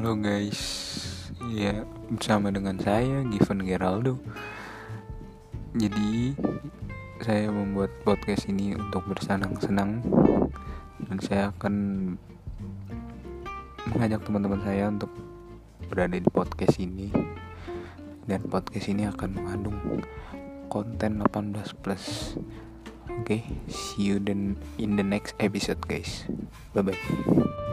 Halo guys, ya bersama dengan saya Given Geraldo. Jadi saya membuat podcast ini untuk bersenang-senang, dan saya akan mengajak teman-teman saya untuk berada di podcast ini. Dan podcast ini akan mengandung konten 18+. Oke, see you in the next episode guys. Bye bye.